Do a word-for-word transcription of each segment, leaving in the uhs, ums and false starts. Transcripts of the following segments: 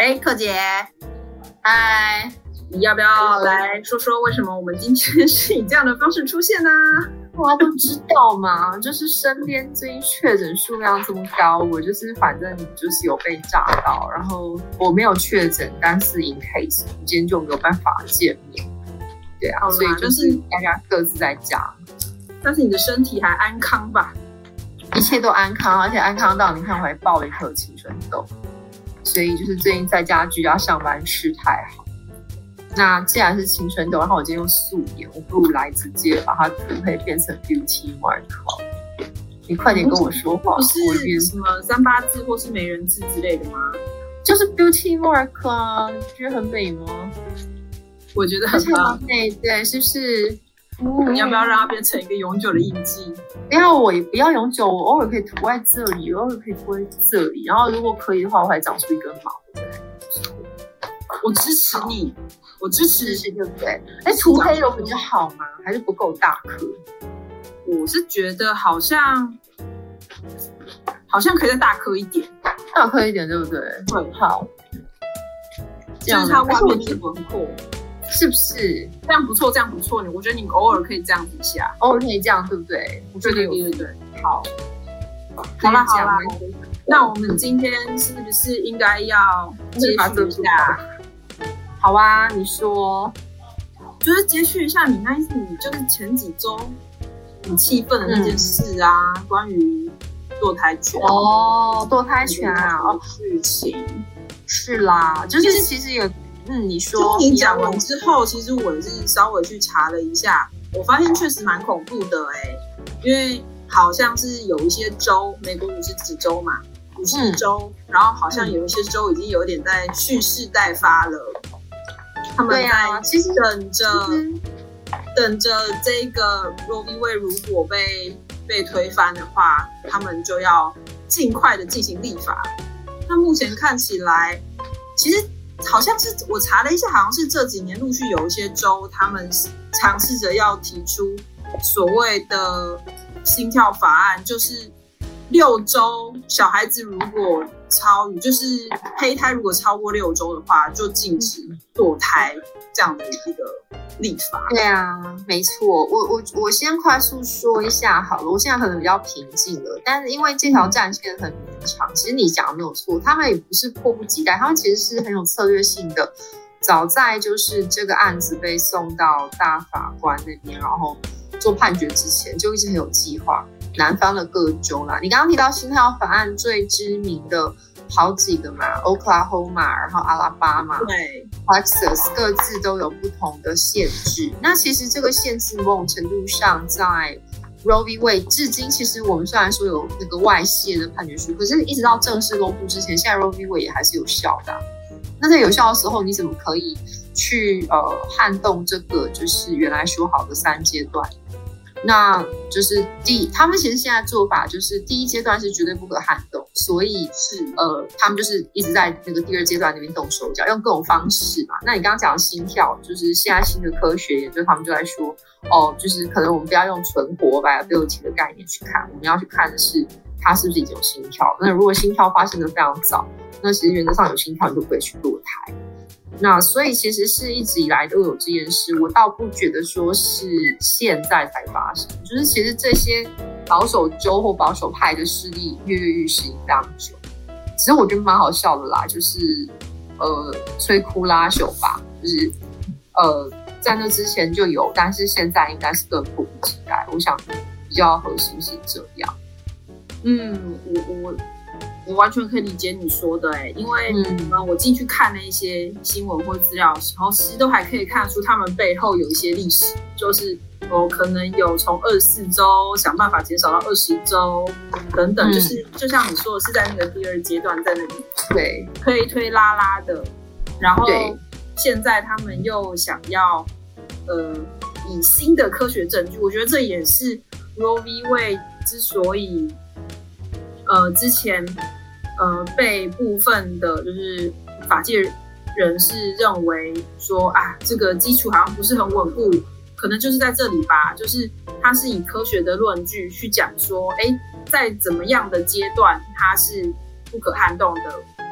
哎，克姐， 嗨， 你要不要来说说为什么我们今天是以这样的方式出现呢？ 大家都知道嘛，就是身边最近确诊数量这么高，我就是反正就是有被炸到，然后我没有确诊，但是 in case 我们今天就没有办法见面。对啊，所以就是大家各自在家。 但是你的身体还安康吧？ 一切都安康，而且安康到你看我还爆了一颗青春痘，所以就是最近在家居家上班吃太好。那既然是青春痘，然后我今天用素颜，我不如来直接把它涂黑变成 beauty mark。你快点跟我说话， 不是什么三八字或是美人字之类的吗？ 就是 beauty mark 啊，你觉得很美吗？ 我觉得很棒， 对对，是不是？ 你要不要让它变成一个永久的印记？ 不要，我也不要永久，我偶尔可以涂在这里，偶尔可以涂在这里，然后如果可以的话，我还长出一根毛。 我支持你，我支持， 对不对？哎，涂黑有比较好吗？还是不够大颗？ 我是觉得好像好像可以再大颗一点， 大颗一点，对不对？ 对， 好， 这样就是它外面的轮廓。 是不是这样不错？这样不错，我觉得你偶尔可以这样子一下， 偶尔可以这样，对不对？ 我觉得对对对，好， 好啦好啦， 那我们今天是不是应该要接续一下？ 好啊，你说， 就是接续一下你那一次，你就是前几周很气愤的那件事啊，嗯、关于堕胎权哦，堕胎权啊， 哦，事情是啦，就是其实有。嗯，你说你讲完之后，其实我是稍微去查了一下，我发现确实蛮恐怖的哎、欸，因为好像是有一些州，美国五十几州嘛，五十州、嗯，然后好像有一些州已经有点在蓄势待发了，他们在等着、啊、等着这个 Roe v. Wade 如果被被推翻的话，他们就要尽快的进行立法。那目前看起来，其实。好像是我查了一下，好像是这几年陆续有一些州，他们尝试着要提出所谓的心跳法案，就是六周小孩子如果超于，就是胚胎如果超过六周的话，就禁止堕胎这样的一个立法。 对啊，没错。我我我先快速说一下好了，我现在可能比较平静了，但是因为这条战线很绵长，其实你讲的没有错，他们也不是迫不及待，他们其实是很有策略性的。早在就是这个案子被送到大法官那边，然后做判决之前，就一直很有计划。南方的各州啦，你刚刚提到心跳法案最知名的好几个嘛 ，Oklahoma， 然后阿拉巴马、 对 Texas 各自都有不同的限制。那其实这个限制某种程度上在 Roe v. Wade 至今，其实我们虽然说有那个外泄的判决书，可是一直到正式公布之前，现在 Roe v. Wade 也还是有效的、啊。那在有效的时候，你怎么可以去呃撼动这个就是原来说好的三阶段？那就是第，他们其实现在做法就是第一阶段是绝对不可撼动，所以是呃，他们就是一直在那个第二阶段那边动手脚，用各种方式嘛。那你刚刚讲的心跳，就是现在新的科学研究，他们就在说，哦，就是可能我们不要用纯活 viability 的概念去看，我们要去看的是它是不是已经有心跳。那如果心跳发生的非常早，那其实原则上有心跳你就不会去堕胎。那所以其实是一直以来都有这件事，我倒不觉得说是现在才发生，就是其实这些保守州或保守派的势力跃跃欲试非常久。其实我觉得蛮好笑的啦，就是呃摧枯拉朽吧，就是呃在那之前就有，但是现在应该是更迫不及待。我想比较核心是这样。 嗯，我我。我完全可以理解你说的、欸，因为、嗯呃、我进去看那些新闻或资料的时候，其实都还可以看出他们背后有一些历史，就是哦，可能有从二十四周想办法减少到二十周等等，嗯、就是就像你说的是在那个第二阶段在那里对推推拉拉的，然后现在他们又想要呃以新的科学证据，我觉得这也是 Roe v. Wade 之所以。呃，之前呃被部分的就是法界人士认为说啊，这个基础好像不是很稳固，可能就是在这里吧，就是它是以科学的论据去讲说，哎，在怎么样的阶段它是不可撼动的，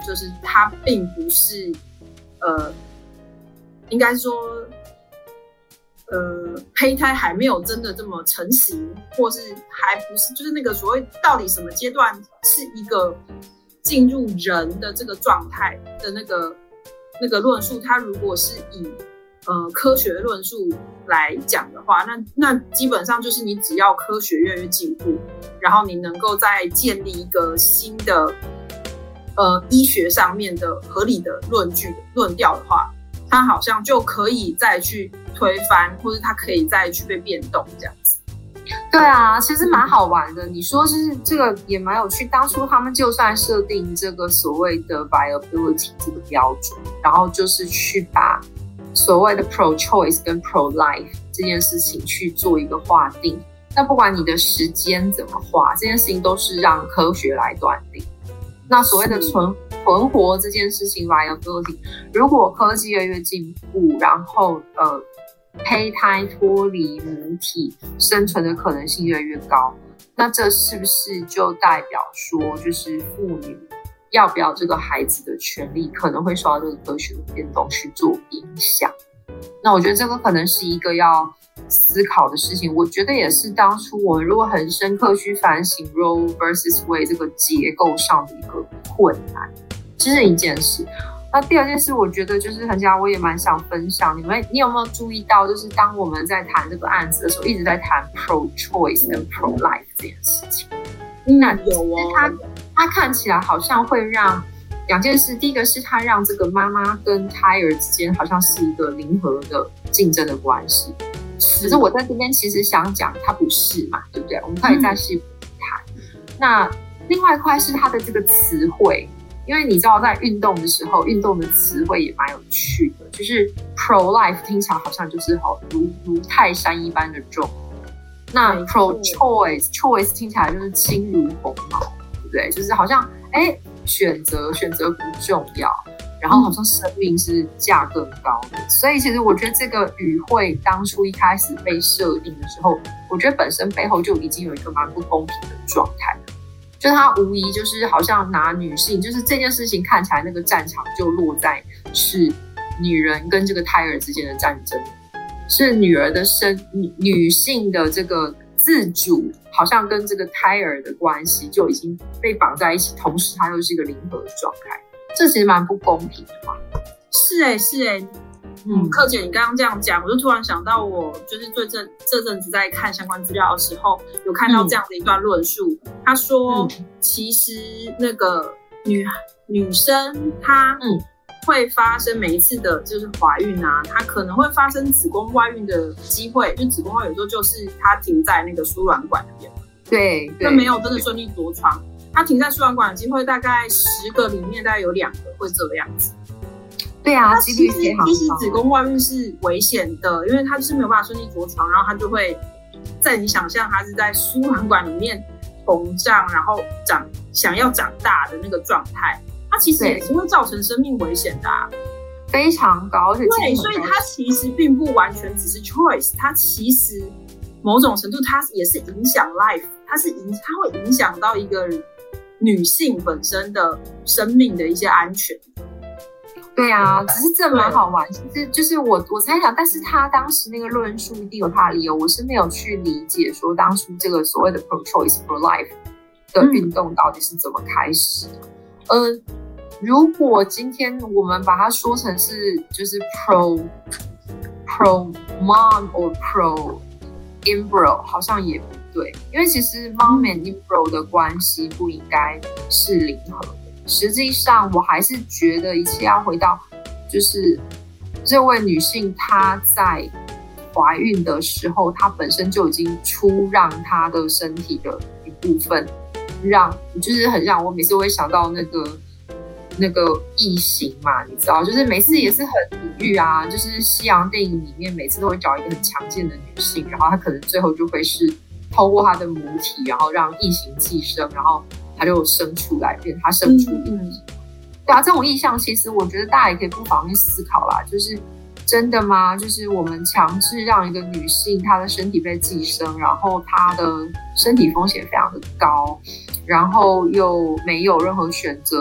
就是它并不是呃，应该说呃，胚胎还没有真的这么成型，或是还不是就是那个所谓到底什么阶段是一个进入人的这个状态的那个那个论述，它如果是以呃科学论述来讲的话，那那基本上就是你只要科学越来越进步，然后你能够再建立一个新的呃医学上面的合理的论据论调的话，它好像就可以再去推翻，或者它可以再去被变动这样子。 对啊，其实蛮好玩的。你说是这个也蛮有趣。当初他们就算设定这个所谓的 viability 这个标准，然后就是去把所谓的 pro-choice 跟 pro-life 这件事情去做一个划定。那不管你的时间怎么划，这件事情都是让科学来断定。那所谓的存存活这件事情 viability， 如果科技越来越进步，然后呃胚胎脱离母体生存的可能性越来越高，那这是不是就代表说，就是妇女要不要这个孩子的权利可能会受到这个科学的变动去做影响？那我觉得这个可能是一个要思考的事情。我觉得也是当初我们如果很深刻去反省 Roe versus Wade 这个结构上的一个困难，这是一件事。那第二件事，我觉得就是很想，我也蛮想分享，你们你有没有注意到，就是当我们在谈这个案子的时候，一直在谈 pro-choice 跟 pro-life 这件事情。 嗯，那有哦， 它它看起来好像会让两件事，第一个是它让这个妈妈跟胎儿之间好像是一个零和的竞争的关系，可是我在这边其实想讲，它不是嘛，对不对？我们可以再细谈。嗯、那另外一块是它的这个词汇。因为你知道，在运动的时候，运动的词汇也蛮有趣的，就是 pro-life 听起来好像就是好如如泰山一般的重，那 pro-choice choice 听起来就是轻如鸿毛，对不对？就是好像哎，选择选择不重要，然后好像生命是价更高的。嗯、所以其实我觉得这个语汇当初一开始被设定的时候，我觉得本身背后就已经有一个蛮不公平的状态。就它无疑就是好像拿女性，就是这件事情看起来那个战场就落在是女人跟这个胎儿之间的战争，是女儿的生女女性的这个自主，好像跟这个胎儿的关系就已经被绑在一起，同时它又是一个零和的状态，这其实蛮不公平的嘛。 是哎、欸，是哎、欸。嗯，柯姐，你刚刚这样讲，我就突然想到，我就是最阵这阵子在看相关资料的时候，有看到这样的一段论述。嗯、他说，嗯、其实那个女女生她会发生每一次的就是怀孕啊，她可能会发生子宫外孕的机会，就子宫外孕有时候就是她停在那个输卵管那边， 对， 就没有真的顺利着床。她停在输卵管的机会大概十个里面大概有两个会这个样子。 对啊，几率非常高。 其实子宫外孕是危险的，因为它就是没有办法顺利着床，然后它就会在你想象它是在输卵管里面膨胀，然后长想要长大的那个状态，它其实也是会造成生命危险的、啊， 非常高。而且对，所以它其实并不完全只是 choice， 它其实某种程度它也是影响 life， 它是影它会影响到一个女性本身的生命的一些安全。 对啊，只是这蛮好玩。其实就是我我在想，但是他当时那个论述一定有他的理由，我是没有去理解说当初这个所谓的 pro-choice pro-life 的运动到底是怎么开始的。嗯、呃，如果今天我们把它说成是就是 pro pro mom or pro embryo， 好像也不对，因为其实 mom and embryo 的关系不应该是零和的。实际上我还是觉得一切要回到就是这位女性她在怀孕的时候，她本身就已经出让她的身体的一部分，让就是很让我每次会想到那个那个异形嘛，你知道，就是每次也是很比喻啊，就是西洋电影里面每次都会找一个很强健的女性，然后她可能最后就会是透过她的母体，然后让异形寄生，然后他就生出来，变他生出一个、嗯、对啊，这种意象其实我觉得大家也可以不妨去思考啦，就是真的吗？就是我们强制让一个女性她的身体被寄生，然后她的身体风险非常的高，然后又没有任何选择，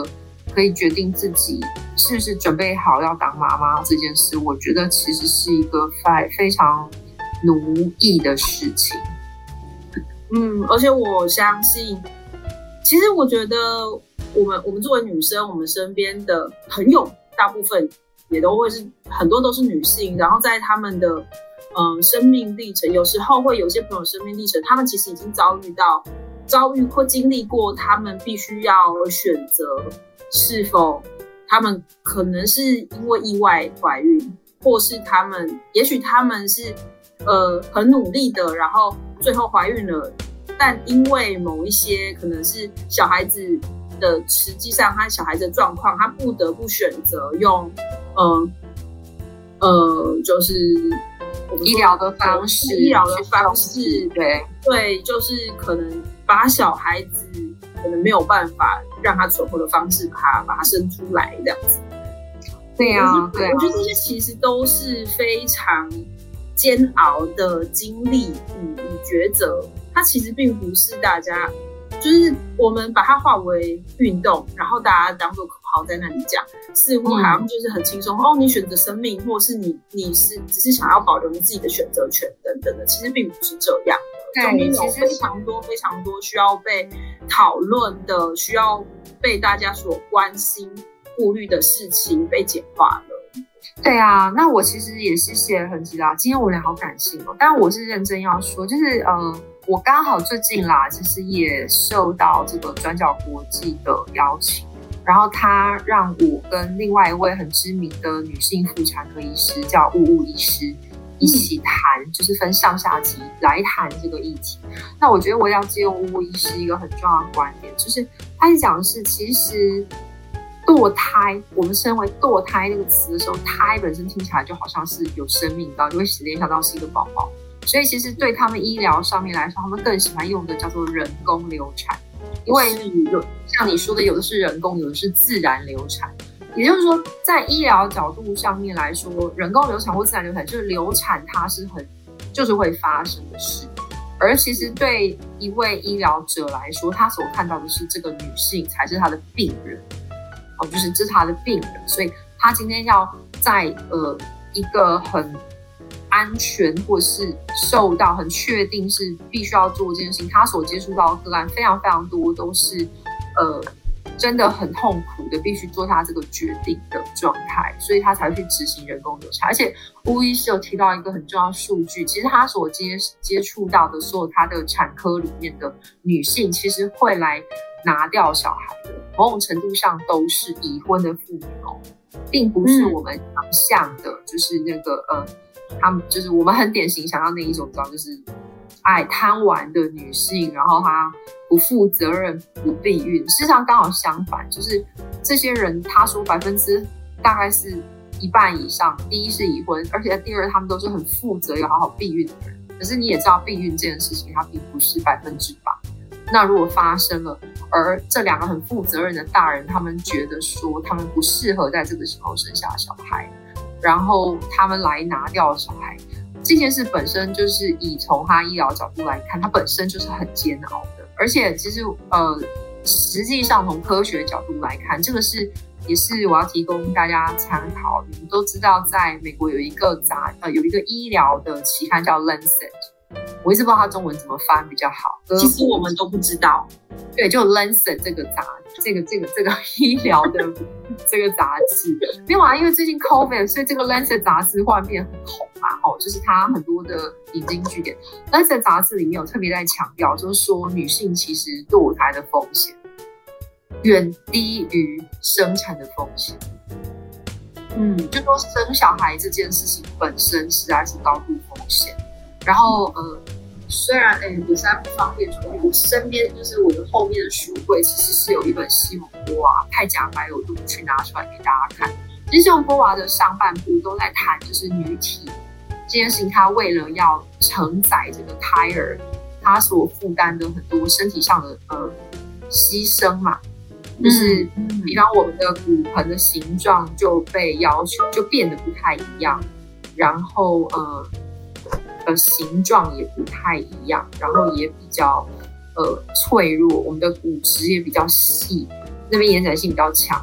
可以决定自己是不是准备好要当妈妈这件事，我觉得其实是一个非非常奴役的事情。 嗯，而且我相信，其实我觉得我们我们作为女生，我们身边的朋友大部分也都会是很多都是女性，然后在他们的嗯、呃、生命历程，有时候会有些朋友生命历程，他们其实已经遭遇到遭遇或经历过，他们必须要选择是否他们可能是因为意外怀孕，或是他们也许他们是呃很努力的，然后最后怀孕了，但因为某一些可能是小孩子的实际上他小孩子的状况，他不得不选择用呃呃就是医疗的方式， 医疗的方式， 对对，就是可能把小孩子可能没有办法让他存活的方式把他把他生出来这样子。 对啊，对啊， 我觉得这些其实都是非常煎熬的经历与与抉择，它其实并不是大家，就是我们把它化为运动，然后大家当做口号在那里讲，似乎好像就是很轻松、嗯、哦，你选择生命，或是你你是只是想要保留你自己的选择权等等的，其实并不是这样的。中间有非常多非常多需要被讨论的，需要被大家所关心顾虑的事情被简化了。 对啊，那我其实也谢谢恒吉啦，今天我们俩好感性哦，但我是认真要说，就是呃，我刚好最近啦，其实也受到这个转角国际的邀请，然后他让我跟另外一位很知名的女性妇产科医师叫雾雾医师一起谈，嗯、就是分上下集来谈这个议题。那我觉得我要借用雾雾医师一个很重要的观点，就是他讲的是其实。堕胎，我们身为堕胎那个词的时候，胎本身听起来就好像是有生命的，就会联想到是一个宝宝。所以其实对他们医疗上面来说，他们更喜欢用的叫做人工流产，因为有像你说的，有的是人工，有的是自然流产。也就是说，在医疗角度上面来说，人工流产或自然流产，就是流产它是很就是会发生的事。而其实对一位医疗者来说，他所看到的是这个女性才是他的病人。哦，就是这是他的病人，所以他今天要在呃一个很安全或是受到很确定是必须要做这件事情，他所接触到的个案非常非常多都是呃真的很痛苦的，必须做他这个决定的状态，所以他才会去执行人工流产。而且巫医师有提到一个很重要的数据，其实他所接接触到的所有他的产科里面的女性，其实会来拿掉小孩的，某种程度上都是已婚的妇女哦，并不是我们想象的，嗯、就是那个呃，他们就是我们很典型想要那一种，知道就是爱贪玩的女性，然后她不负责任、不避孕。事实上刚好相反，就是这些人，他说百分之大概是一半以上，第一是已婚，而且第二他们都是很负责、有好好避孕的人。可是你也知道，避孕这件事情它并不是百分之百。那如果发生了，而这两个很负责任的大人，他们觉得说他们不适合在这个时候生下小孩，然后他们来拿掉小孩，这件事本身就是以从他医疗角度来看，它本身就是很煎熬的。而且其实呃，实际上从科学角度来看，这个是也是我要提供大家参考。你们都知道，在美国有一个杂呃有一个医疗的期刊叫 Lancet。我一直不知道它中文怎么翻比较好， 其实我们都不知道。 对，就 Lancet 这个杂，这个这个这个医疗的这个杂志，没有啊，因为最近 COVID， 所以这个 Lancet 杂志忽然变很红嘛，哦，就是它很多的引经据典。Lancet 杂志里面有特别在强调，就是说女性其实堕胎的风险远低于生产的风险。嗯，就说生小孩这件事情本身实在是高度风险。然后呃，虽然哎，我实在不方便说，我身边就是我的后面的书柜，其实是有一本西蒙波娃太假白，我就不去拿出来给大家看。其实西蒙波娃的上半部都在谈，就是女体这件事情，她为了要承载这个胎儿，她所负担的很多身体上的呃牺牲嘛，就是比方我们的骨盆的形状就被要求就变得不太一样，然后呃。呃，形状也不太一样，然后也比较呃脆弱，我们的骨质也比较细，那边延展性比较强，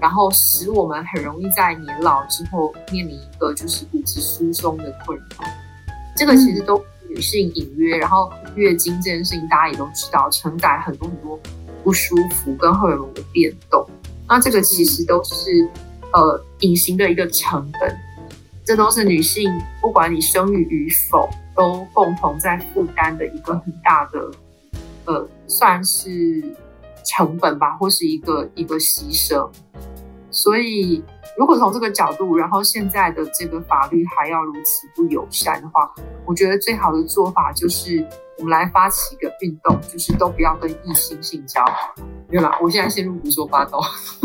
然后使我们很容易在年老之后面临一个就是骨质疏松的困扰。这个其实都女性隐约，然后月经这件事情大家也都知道，承载很多很多不舒服跟荷尔蒙的变动。那这个其实都是呃隐形的一个成本，这都是女性不管你生育与否都共同在负担的一个很大的呃算是成本吧，或是一个一个牺牲。所以如果从这个角度，然后现在的这个法律还要如此不友善的话，我觉得最好的做法就是我们来发起一个运动，就是都不要跟异性性交。对啦，我现在陷入胡说八道。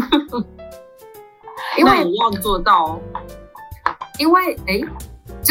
因为也要做到哦。 因为哎，这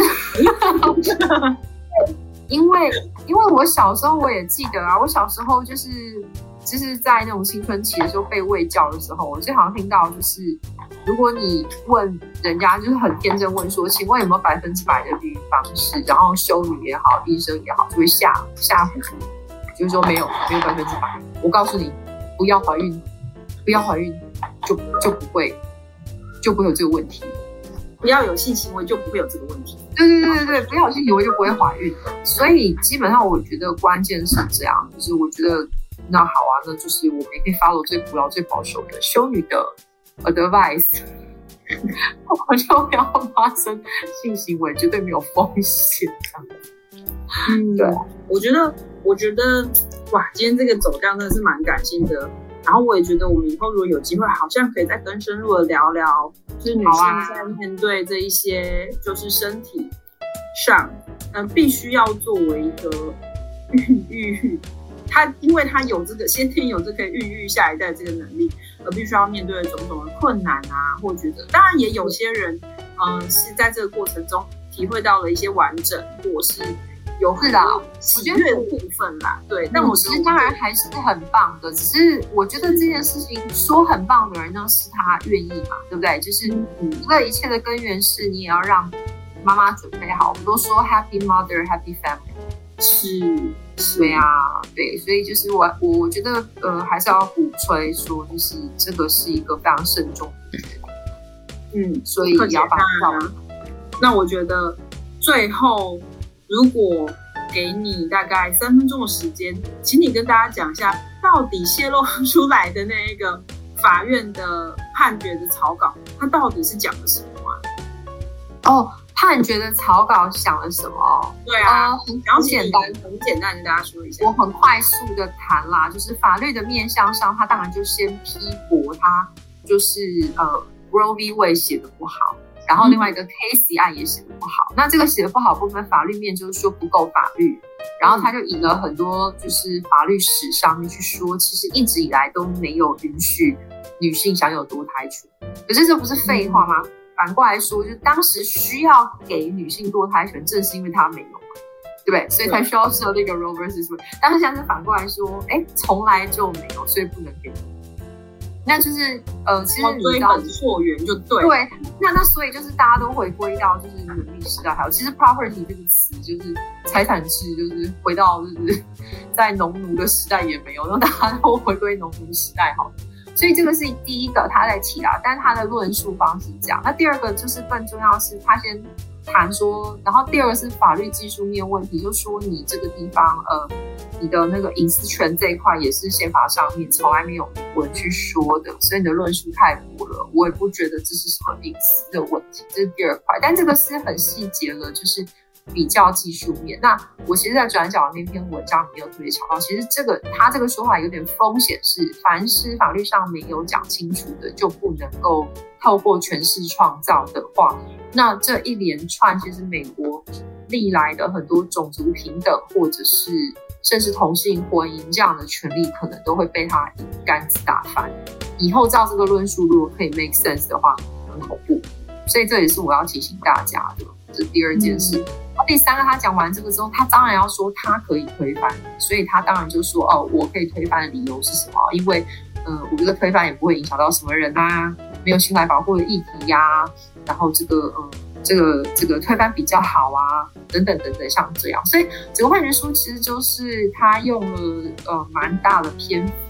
因为因为我小时候我也记得啊，我小时候就是就是在那种青春期的时候被卫教的时候，我最常听到就是，如果你问人家就是很天真问说，请问有没有百分之百的避孕方式？然后修女也好，医生也好，就会吓吓唬你，就是说没有没有百分之百。我告诉你，不要怀孕，不要怀孕，就就不会就不会有这个问题。 不要有性行为就不会有这个问题。 对对对对对，不要有性行为就不会怀孕。所以基本上我觉得关键是这样，就是我觉得那好啊，那就是我们也可以 follow 最古老最保守的修女的 advice， 我就不要发生性行为，绝对没有风险。 嗯，对，我觉得我觉得哇，今天这个走向真的是蛮感性的。然后我也觉得我们以后如果有机会，好像可以再更深入的聊聊，就是女性在面对这一些就是身体上，嗯、呃，必须要作为一个孕育，她因为她有这个先天有这个孕育下一代这个能力，而必须要面对种种的困难啊，或觉得当然也有些人，嗯、呃，是在这个过程中体会到了一些完整，或是有很多喜悦的部分啦，对，但我其实当然还是很棒的，只是我觉得这件事情说很棒的人呢，是他愿意嘛，对不对？就是这个一切的根源是你也要让妈妈准备好。我们都说 Happy Mother, Happy Family， 是，对啊，对，所以就是我我觉得呃还是要鼓吹说，就是这个是一个非常慎重的决定，嗯，所以也要把它。 那我觉得最后。如果给你大概三分钟的时间，请你跟大家讲一下，到底泄露出来的那一个法院的判决的草稿，它到底是讲了什么啊？哦，判决的草稿讲了什么？ 对啊， 呃、很, 很简单， 很简单，跟大家说一下。 我很快速的谈啦，就是法律的面向上，它当然就先批驳它，就是呃 Roe v. Wade 写的不好。然后另外一个 Casey 案也写的不好，那这个写的不好部分，法律面就是说不够法律，然后他就引了很多就是法律史上面去说，其实一直以来都没有允许女性享有堕胎权。可是这不是废话吗？反过来说，就是当时需要给女性堕胎权，正是因为她没有嘛，对不对？所以才需要设立一个 Roe versus Wade。但是现在是反过来说，哎，从来就没有，所以不能给。那就是呃，其实你知道溯源就对对，那那所以就是大家都回归到就是奴隶时代，还有其实 property 这个词就是财产制，就是回到就是在农奴的时代也没有，那大家都回归农奴时代好了。所以这个是第一个他在提啦，但是他的论述方式这样。那第二个就是更重要的是他先谈说，然后第二个是法律技术面问题，就说你这个地方呃。你的那个隐私权这一块也是宪法上面从来没有人去说的，所以你的论述太薄了，我也不觉得这是什么隐私的问题，这是第二块。但这个是很细节了，就是比较技术面。那我其实在转角那篇文章里面有特别强调，其实这个他这个说法有点风险是，凡是法律上没有讲清楚的，就不能够透过诠释创造的话，那这一连串其实美国历来的很多种族平等或者是甚至同性婚姻这样的权利，可能都会被他一竿子打翻。以后照这个论述，如果可以 make sense 的话，很恐怖。所以这也是我要提醒大家的，这第二件事。嗯、第三个，他讲完这个之后，他当然要说他可以推翻，所以他当然就说哦，我可以推翻的理由是什么？因为，呃，我这个推翻也不会影响到什么人啊，没有侵害保护的议题呀、啊，然后这个，嗯。这个这个推翻比较好啊，等等等等，像这样，所以整个判决书其实就是他用了呃蛮大的篇幅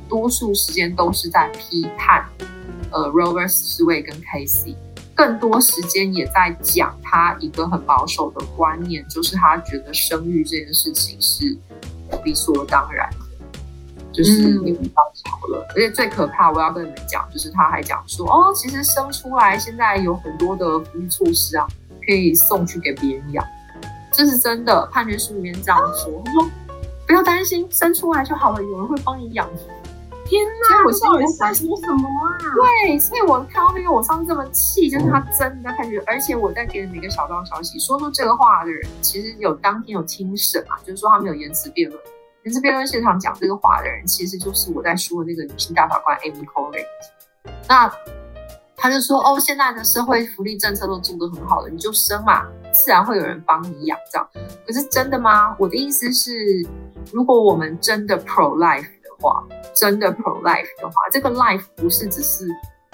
多数时间都是在批判呃 Roe vs Wade 跟 Casey， 更多时间也在讲他一个很保守的观念，就是他觉得生育这件事情是理所当然的，就是你不要吵了。而且最可怕，我要跟你们讲，就是他还讲说，哦，其实生出来现在有很多的福利措施啊，可以送去给别人养，这是真的。判决书里面这样说，他说不要担心，生出来就好了，有人会帮你养。 天哪，我到底在说什么啊？ 对，所以我看到那个我上次这么气，就是他真的判决，而且我在给你们一个小道消息，说出这个话的人，其实有当天有听审嘛，就是说他们有言辞辩论，言辞辩论现场讲这个话的人，其实就是我在说的那个女性大法官 Amy Coney。那他就说，哦，现在的社会福利政策都做得很好了，你就生嘛，自然会有人帮你养这样。可是真的吗？我的意思是，如果我们真的 pro life 的话，真的 pro life 的话，这个 life 不是只是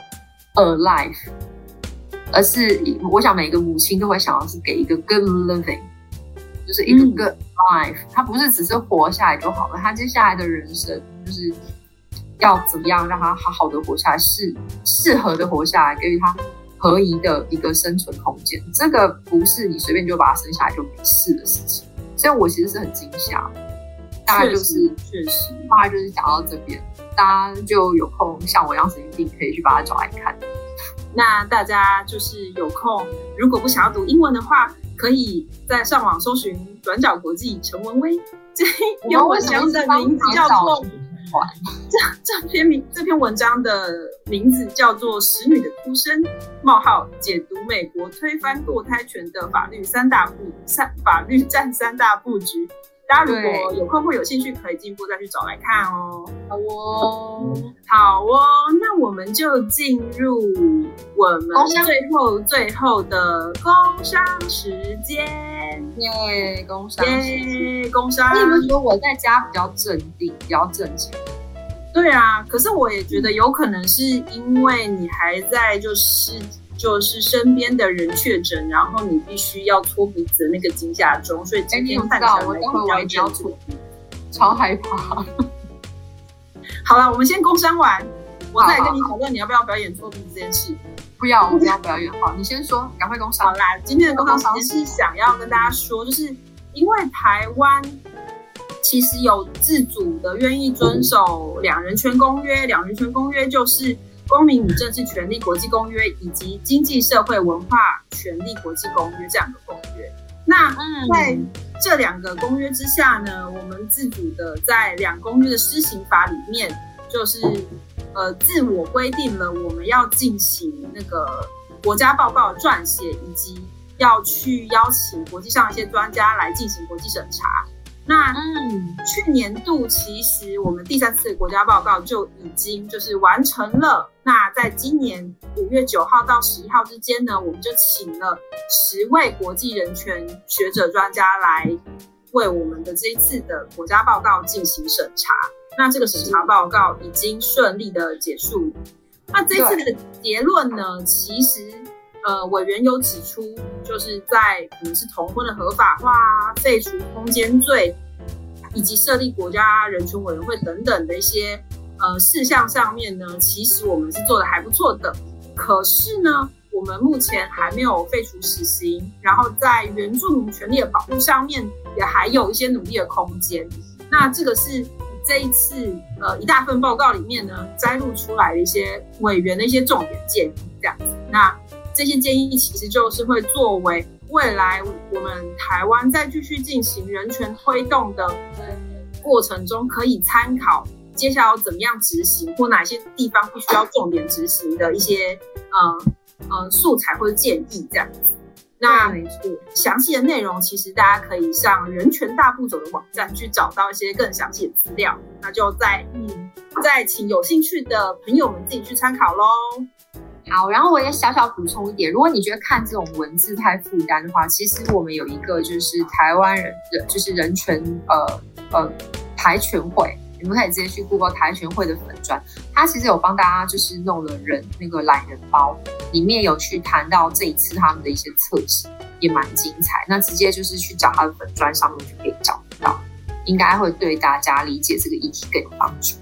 a life， 而是我想每个母亲都会想要是给一个 good living， 就是一个 good life，它不是只是活下来就好了，它接下来的人生就是要怎么样让他好好的活下来，适适合的活下来，给予他合宜的一个生存空间。这个不是你随便就把他生下来就没事的事情。所以我其实是很惊吓的。大概就是确实， 大概就是讲到这边，大家就有空像我一样神经病，可以去把它找来看。 那大家就是有空，如果不想要读英文的话，可以在上网搜寻转角国际陈文威这篇文章的名字叫做这这篇名这篇文章的名字叫做《使女的哭声：冒号解读美国推翻堕胎权的法律三大布三法律战三大布局》。大家如果有空或有兴趣，可以进一步再去找来看哦。 好哦， 好哦，那我们就进入我们最后最后的工商时间。 耶，工商时间， 工商。 你有没有觉得我在家比较镇定，比较正常？ 对啊，可是我也觉得有可能是因为你还在就是就是身边的人确诊，然后你必须要搓鼻子的那个惊吓中，所以今天看起来我待会我也要搓鼻子，超害怕。 好了，我们先工商完，我再跟你讨论你要不要表演搓鼻子这件事。 不要，我不要表演。好，你先说，赶快工商。 好啦，今天的工商时间是想要跟大家说，就是因为台湾其实有自主的愿意遵守两人权公约，两人权公约就是公民与政治权利国际公约以及经济社会文化权利国际公约这两个公约。那在这两个公约之下呢，我们自主的在两公约的施行法里面，就是呃自我规定了我们要进行那个国家报告撰写，以及要去邀请国际上一些专家来进行国际审查。那嗯，去年度其实我们第三次的国家报告就已经就是完成了。那在今年五月九号到十一号之间呢，我们就请了十位国际人权学者专家来为我们的这一次的国家报告进行审查。那这个审查报告已经顺利的结束。那这次的结论呢，其实呃，委员有指出，就是在可能是同婚的合法化、废除通奸罪，以及设立国家人权委员会等等的一些呃事项上面呢，其实我们是做的还不错的。可是呢，我们目前还没有废除死刑，然后在原住民权利的保护上面也还有一些努力的空间。那这个是这一次呃一大份报告里面呢摘录出来的一些委员的一些重点建议，这样子。那这些建议其实就是会作为未来我们台湾在继续进行人权推动的过程中可以参考，接下来要怎么样执行，或哪些地方必须要重点执行的一些呃呃素材或者建议这样子。那详细的内容其实大家可以上人权大步走的网站去找到一些更详细的资料，那就再嗯再请有兴趣的朋友们自己去参考咯。 好，然后我也小小补充一点，如果你觉得看这种文字太负担的话，其实我们有一个就是台湾人的就是人权呃呃台权会，你们可以直接去 Google 台权会的粉专，它其实有帮大家就是弄了人那个懒人包，里面有去谈到这一次他们的一些侧写，也蛮精彩。那直接就是去找他的粉专上面就可以找得到，应该会对大家理解这个议题更有帮助。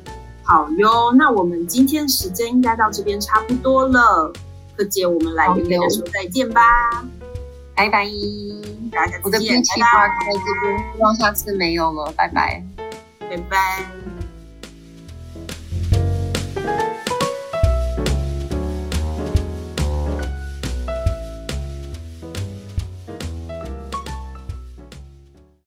好哟，那我们今天时间应该到这边差不多了，柯姐，我们来跟大家说再见吧， 拜拜。 大家下次见， 我的 beauty bar 在这边，希望下次没有了，拜拜， 拜拜。